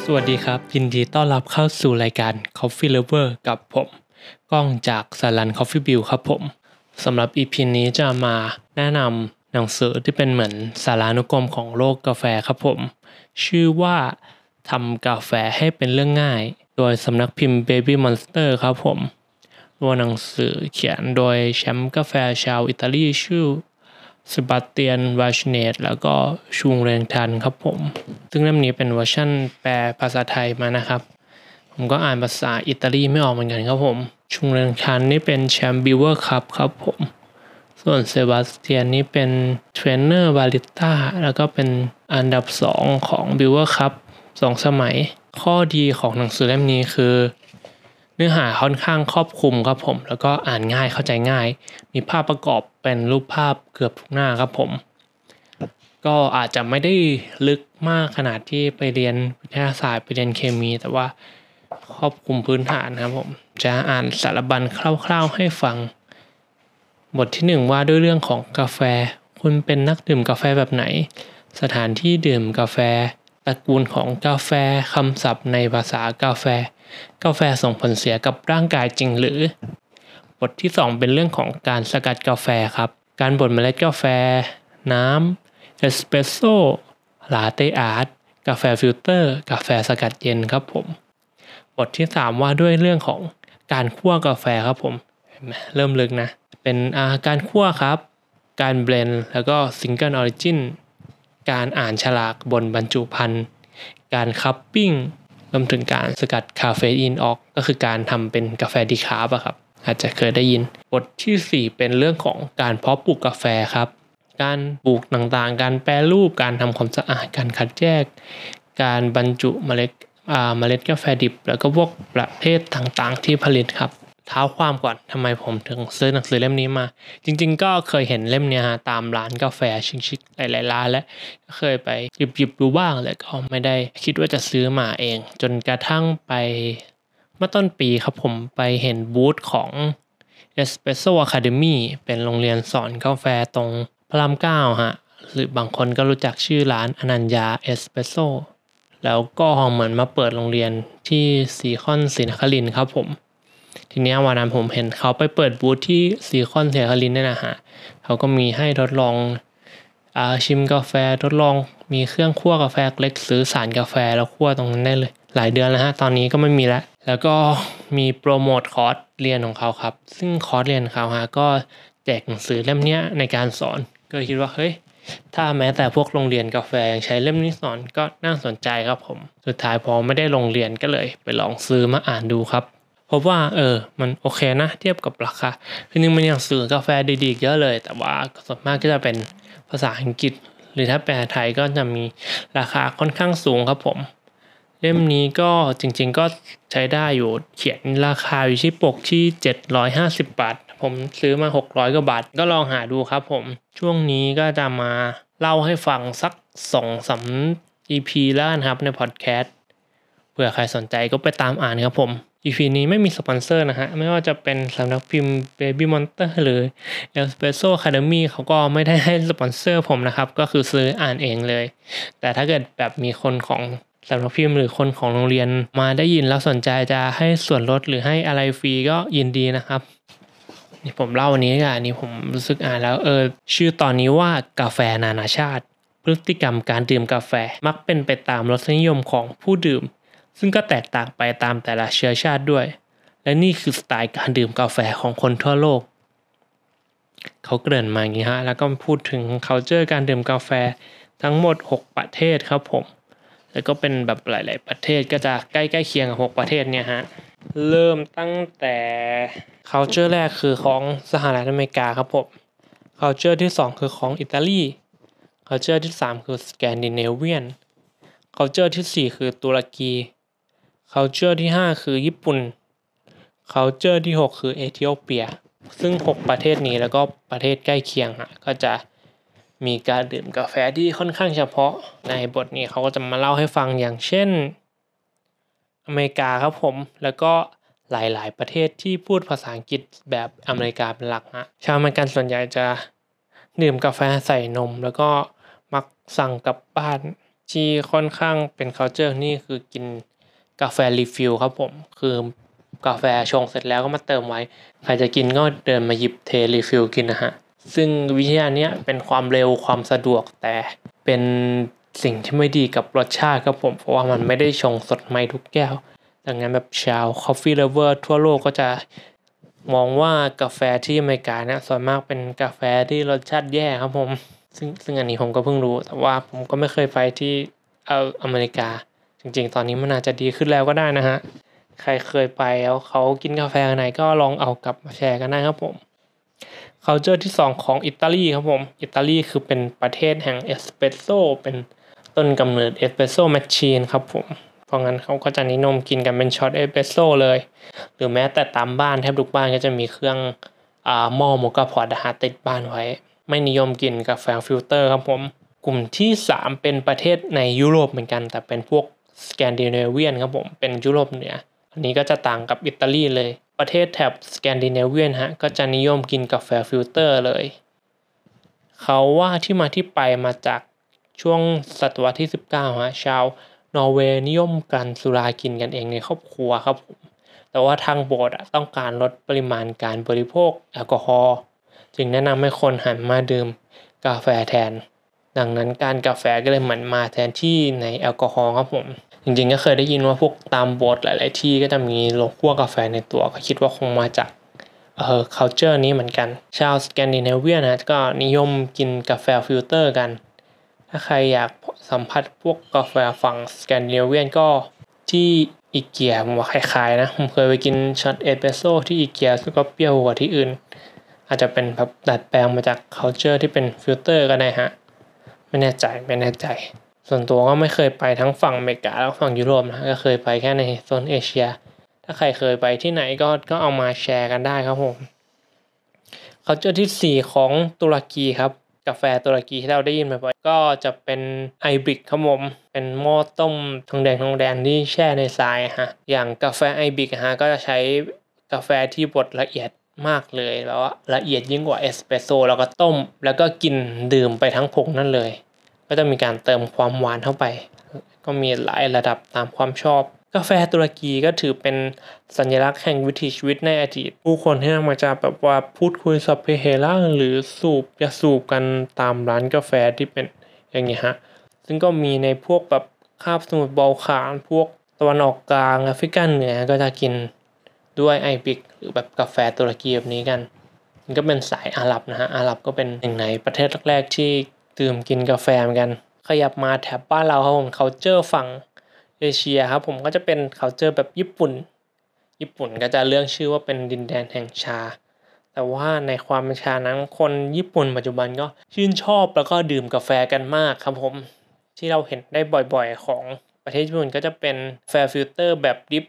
วัสดีครับยินดีต้อนรับเข้าสู่รายการ Coffee Lover กับผมก้องจากสารัน Coffee Bill ครับผมสำหรับ EP นี้จะมาแนะนำหนังสือที่เป็นเหมือนสารานุกรมของโลกกาแฟครับผมชื่อว่าทำกาแฟให้เป็นเรื่องง่ายโดยสำนักพิมพ์ Baby Monster ครับผมตัวหนังสือเขียนโดยแชมป์กาแฟชาวอิตาลีชื่อเซบาสเตียน วาชเนตแล้วก็ชุงเรียงทันครับผมซึ่งเล่มนี้เป็นเวอร์ชันแปลภาษาไทยมานะครับผมก็อ่านภาษาอิตาลีไม่ออกเหมือนกันครับผมชุงเรียงทันนี่เป็นแชมป์บิวเวอร์คัพครับผมส่วนเซบาสเตียนนี่เป็นเทรนเนอร์บาริสต้าแล้วก็เป็นอันดับ2ของบิวเวอร์คัพ2 สมัยข้อดีของหนังสือเล่มนี้คือเนื้อหาค่อนข้างครอบคลุมครับผมแล้วก็อ่านง่ายเข้าใจง่ายมีภาพประกอบเป็นรูปภาพเกือบทุกหน้าครับผมก็อาจจะไม่ได้ลึกมากขนาดที่ไปเรียนวิทยาศาสตร์ไปเรียนเคมีแต่ว่าครอบคลุมพื้นฐานครับผมจะอ่านสารบัญคร่าวๆให้ฟังบทที่1ว่าด้วยเรื่องของกาแฟคุณเป็นนักดื่มกาแฟแบบไหนสถานที่ดื่มกาแฟตระกูลของกาแฟคำศัพท์ในภาษากาแฟส่งผลเสียกับร่างกายจริงหรือบทที่2เป็นเรื่องของการสกัดกาแฟครับการบดเมล็ดกาแฟน้ำเอสเปรสโซ่ลาเต้อาร์ตกาแฟฟิลเตอร์กาแฟสกัดเย็นครับผมบทที่3ว่าด้วยเรื่องของการคั่วกาแฟครับผมเริ่มลึกนะเป็นการคั่วครับการเบลนด์แล้วก็ซิงเกิลออริจินการอ่านฉลากบนบรรจุภัณฑ์การคัพปิ้งรวมถึงการสกัดคาเฟอีนออกก็คือการทำเป็นกาแฟดีคาร์บครับอาจจะเคยได้ยินบทที่4เป็นเรื่องของการเพาะปลูกกาแฟครับการปลูกต่างๆการแปรรูปการทำความสะอาดการคัดแยกการบรรจุเมล็ดกาแฟดิบแล้วก็พวกประเภทต่างๆที่ผลิตครับเท้าความก่อนทำไมผมถึงซื้อหนังสือเล่มนี้มาจริงๆก็เคยเห็นเล่มนี้ตามร้านกาแฟชิคๆหลายๆร้านและเคยไปหยิบดูบ้างแต่ก็ไม่ได้คิดว่าจะซื้อมาเองจนกระทั่งไปเมื่อต้นปีครับผมไปเห็นบูธของ Espresso Academy เป็นโรงเรียนสอนกาแฟตรงพระราม9หรือบางคนก็รู้จักชื่อร้านอนัญญาเอสเปรสโซแล้วก็เหมือนมาเปิดโรงเรียนที่ซีคอนศรีนครินทร์ครับผมทีนี้วันนั้นผมเห็นเขาไปเปิดบูธที่ซีคอนศรีนครินทร์เนี่ยนะฮะเขาก็มีให้ทดลองชิมกาแฟทดลองมีเครื่องคั่วกาแฟเล็กซื้อสารกาแฟแล้วคั่วตรงนั้นได้เลยหลายเดือนแล้วตอนนี้ก็ไม่มีแล้วก็มีโปรโมทคอร์สเรียนของเขาครับซึ่งคอร์สเรียนเขาก็แจกหนังสือเล่มนี้ในการสอนก็คิดว่าเฮ้ยถ้าแม้แต่พวกโรงเรียนกาแฟยังใช้เล่มนี้สอนก็น่าสนใจครับผมสุดท้ายพอไม่ได้ลงเรียนก็เลยไปลองซื้อมาอ่านดูครับพบว่ามันโอเคนะเทียบกับราคาคือนึงมันยังซื้อกาแฟดีๆเยอะเลยแต่ว่าส่วนมากก็จะเป็นภาษาอังกฤษหรือถ้าแปลไทยก็จะมีราคาค่อนข้างสูงครับผมเล่มนี้ก็จริงๆก็ใช้ได้อยู่เขียนราคาอยู่ที่ปกที่750 บาทผมซื้อมา600 กว่าบาทก็ลองหาดูครับผมช่วงนี้ก็จะมาเล่าให้ฟังสัก 2-3 EP แล้วกันครับในพอดแคสต์เผื่อใครสนใจก็ไปตามอ่านครับผม EP นี้ไม่มีสปอนเซอร์นะฮะไม่ว่าจะเป็นสำนักพิมพ์ Baby Monster หรือ Espresso Academy เขาก็ไม่ได้ให้สปอนเซอร์ผมนะครับก็คือซื้ออ่านเองเลยแต่ถ้าเกิดแบบมีคนของสำนักพิมพ์หรือคนของโรงเรียนมาได้ยินแล้วสนใจจะให้ส่วนลดหรือให้อะไรฟรีก็ยินดีนะครับนี่ผมเล่าวันนี้อันนี้ผมรู้สึกอ่านแล้วชื่อตอนนี้ว่ากาแฟนานาชาติพฤติกรรมการดื่มกาแฟมักเป็นไปตามรสนิยมของผู้ดื่มซึ่งก็แตกต่างไปตามแต่ละเชื้อชาติด้วยและนี่คือสไตล์การดื่มกาแฟของคนทั่วโลกเขาเกริ่นมาอย่างนี้แล้วก็พูดถึง culture การดื่มกาแฟทั้งหมด6ประเทศครับผมแล้วก็เป็นแบบหลายๆประเทศก็จะใกล้ๆเคียงกับ6ประเทศเนี่ยเริ่มตั้งแต่ culture แรกคือของสหรัฐอเมริกาครับผม culture ที่2คือของอิตาลี culture ที่3คือสแกนดิเนเวียน culture ที่4คือตุรกี culture ที่5คือญี่ปุ่น culture ที่6คือเอธิโอเปียซึ่ง6ประเทศนี้แล้วก็ประเทศใกล้เคียงก็จะมีการดื่มกาแฟที่ค่อนข้างเฉพาะในบทนี้เขาก็จะมาเล่าให้ฟังอย่างเช่นอเมริกาครับผมแล้วก็หลายๆประเทศที่พูดภาษาอังกฤษแบบอเมริกาเป็นหลักชาวอเมริกันส่วนใหญ่จะดื่มกาแฟใส่นมแล้วก็มักสั่งกลับบ้านที่ค่อนข้างเป็น culture นี่คือกินกาแฟรีฟิลครับผมคือกาแฟชงเสร็จแล้วก็มาเติมไว้ใครจะกินก็เดินมาหยิบเทรีฟิลกินนะฮะซึ่งวิธีการนี้เป็นความเร็วความสะดวกแต่เป็นสิ่งที่ไม่ดีกับรสชาติครับผมเพราะว่ามันไม่ได้ชงสดใหม่ทุกแก้วดังนั้นแบบชาว Coffee Lover ทั่วโลกก็จะมองว่ากาแฟที่อเมริกาเนี่ยส่วนมากเป็นกาแฟที่รสชาติแย่ครับผมซึ่งอันนี้ผมก็เพิ่งรู้แต่ว่าผมก็ไม่เคยไปที่อเมริกาจริงๆตอนนี้มันอาจจะดีขึ้นแล้วก็ได้นะฮะใครเคยไปแล้วเขากินกาแฟไหนก็ลองเอากลับมาแชร์กันได้ครับผม culture ที่2ของอิตาลีครับผมอิตาลีคือเป็นประเทศแห่งเอสเปรสโซ่เป็นต้นกำเนิดเอสเปรสโซ่แมชชีนครับผมเพราะงั้นเขาก็จะนิยมกินกันเป็นช็อตเอสเปรสโซ่เลยหรือแม้แต่ตามบ้านแทบทุกบ้านก็จะมีเครื่องหม้อโมกาพอตติดบ้านไว้ไม่นิยมกินกาแฟฟิลเตอร์ครับผมกลุ่มที่3เป็นประเทศในยุโรปเหมือนกันแต่เป็นพวกสแกนดิเนเวียนครับผมเป็นยุโรปเหนืออันนี้ก็จะต่างกับอิตาลีเลยประเทศแถบสแกนดิเนเวียนฮะก็จะนิยมกินกาแฟฟิลเตอร์เลยเขาว่าที่มาที่ไปมาจากช่วงศตวรรษที่19ฮะชาวนอร์เวย์นิยมกันสุรากินกันเองในครอบครัวครับผมแต่ว่าทางโบสถ์ต้องการลดปริมาณการบริโภคแอลกอฮอล์จึงแนะนำให้คนหันมาดื่มกาแฟแทนดังนั้นการกาแฟก็เลยเหมือนมาแทนที่ในแอลกอฮอล์ครับผมจริงๆก็เคยได้ยินว่าพวกตามโบสถ์หลายๆที่ก็จะมีโลโก้กาแฟในตัวก็คิดว่าคงมาจากculture นี้เหมือนกันชาวสแกนดิเนเวียนนะก็นิยมกินกาแฟฟิลเตอร์กันถ้าใครอยากสัมผัสพวกกาแฟฝั่งสแกนดิเนเวียนก็ที่อีเกียผมว่าคล้ายๆนะผมเคยไปกินช็อตเอสเปรสโซ่ที่อีเกียซึ่งก็เปรี้ยวกว่าที่อื่นอาจจะเป็นแบบดัดแปลงมาจาก culture ที่เป็นฟิลเตอร์ก็ได้ฮะไม่แน่ใจส่วนตัวก็ไม่เคยไปทั้งฝั่งอเมริกาแล้วฝั่งยุโรปนะก็เคยไปแค่ในโซนเอเชียถ้าใครเคยไปที่ไหนก็เอามาแชร์กันได้ครับผม culture ที่4ของตุรกีครับกาแฟตุรกีที่เราได้ยินบ่อยๆก็จะเป็นไอบริกครับผมเป็นหม้อต้มทองแดงที่แช่ในทรายฮะอย่างกาแฟไอบริกฮะก็จะใช้กาแฟที่บดละเอียดมากเลยแล้วละเอียดยิ่งกว่าเอสเปรสโซ่แล้วก็ต้มแล้วก็กินดื่มไปทั้งผงนั่นเลยก็จะมีการเติมความหวานเข้าไปก็มีหลายระดับตามความชอบกาแฟตุรกีก็ถือเป็นสัญลักษณ์แห่งวิถีชีวิตในอดีตผู้คนที่นั่งมาจะแบบว่าพูดคุยสัพเพเหระหรือสูบยาสูบกันตามร้านกาแฟที่เป็นอย่างนี้ฮะซึ่งก็มีในพวกแบบคาบสมุทรบอลข่านพวกตะวันออกกลางแอฟริกาเหนือก็จะกินด้วยไอบิกหรือแบบกาแฟตุรกีแบบนี้กันมันก็เป็นสายอาหรับนะฮะอาหรับก็เป็นหนึ่งในประเทศแรกๆที่ดื่มกินกาแฟเหมือนกันขยับมาแถบบ้านเราครับผม culture ฝั่งเอเชียครับผมก็จะเป็น culture แบบญี่ปุ่นก็จะเรื่องชื่อว่าเป็นดินแดนแห่งชาแต่ว่าในความเป็นชานั้นคนญี่ปุ่นปัจจุบันก็ชื่นชอบแล้วก็ดื่มกาแฟกันมากครับผมที่เราเห็นได้บ่อยๆของประเทศญี่ปุ่นก็จะเป็นแฟร์ฟิลเตอร์แบบดิฟ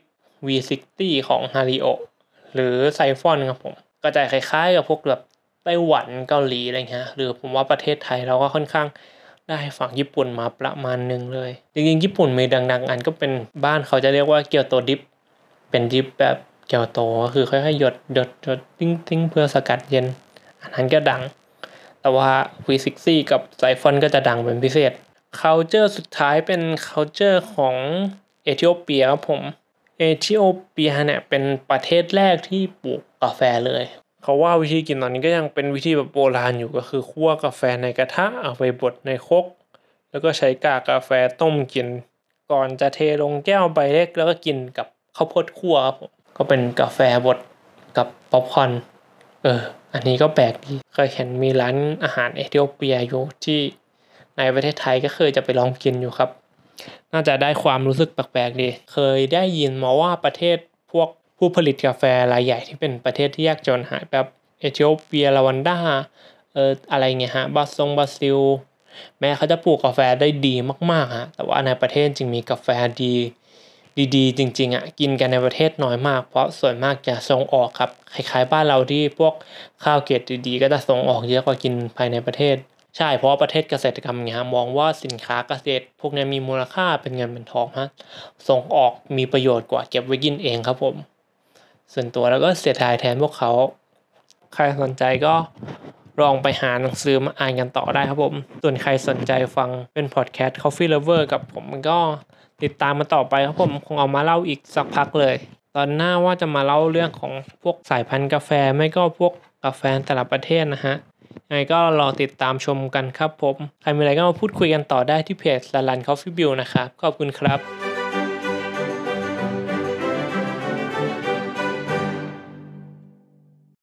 V60 ของฮาริโอหรือไซฟอนครับผมก็จะคล้ายๆกับพวกแบบไต้หวันเกาหลีอะไรเงี้ยหรือผมว่าประเทศไทยเราก็ค่อนข้างได้ฝั่งญี่ปุ่นมาประมาณนึงเลยจริงๆญี่ปุ่นมีดังๆอันก็เป็นบ้านเขาจะเรียกว่าเกียวโตดิฟเป็นดิฟแบบเกียวโตก็คือค่อยๆหยดติ้งเพื่อสกัดเย็นอันนั้นก็ดังแต่ว่า V60 กับไซฟอนก็จะดังเป็นพิเศษ culture สุดท้ายเป็น culture ของเอธิโอเปียครับผมเอธิโอเปียเนี่ยเป็นประเทศแรกที่ปลูกกาแฟเลยเขาว่าวิธีกินตอนนี้ก็ยังเป็นวิธีแบบโบราณอยู่ก็คือคั่วกาแฟในกระทะเอาไปบดในครกแล้วก็ใช้กากกาแฟต้มกินก่อนจะเทลงแก้วใบเล็กแล้วก็กินกับข้าวโพดคั่วครับผมก็เป็นกาแฟบดกับป๊อปคอร์นอันนี้ก็แปลกดีเคยเห็นมีร้านอาหารเอธิโอเปียอยู่ที่ในประเทศไทยก็เคยจะไปลองกินอยู่ครับน่าจะได้ความรู้สึกแปลกๆดีเคยได้ยินมาว่าประเทศพวกผู้ผลิตกาแฟรายใหญ่ที่เป็นประเทศที่ยากจนหายแบบเอธิโอเปียรวันดาอะไรเงี้ยฮะบราซิลแม้เขาจะปลูกกาแฟได้ดีมากๆฮะแต่ว่าในประเทศจริงมีกาแฟดีจริงๆกินกันในประเทศน้อยมากเพราะส่วนมากจะส่งออกครับคล้ายๆบ้านเราที่พวกข้าวเกรดดีๆก็จะส่งออกเยอะกว่ากินภายในประเทศใช่เพราะประเทศเกษตรกรรมเนี่ยมองว่าสินค้าเกษตรพวกนี้มีมูลค่าเป็นเงินเป็นทองฮะส่งออกมีประโยชน์กว่าเก็บไว้กินเองครับผมส่วนตัวแล้วก็เสียดายแทนพวกเขาใครสนใจก็ลองไปหาหนังสือมาอ่านกันต่อได้ครับผมส่วนใครสนใจฟังเป็นพอดแคสต์ Coffee Lover กับผมก็ติดตามมาต่อไปครับผมคงเอามาเล่าอีกสักพักเลยตอนหน้าว่าจะมาเล่าเรื่องของพวกสายพันธุ์กาแฟไม่ก็พวกกาแฟแต่ละประเทศนะฮะยังไงก็รอติดตามชมกันครับผมใครมีอะไรก็มาพูดคุยกันต่อได้ที่เพจ Salan Coffee Brew นะครับขอบคุณครับ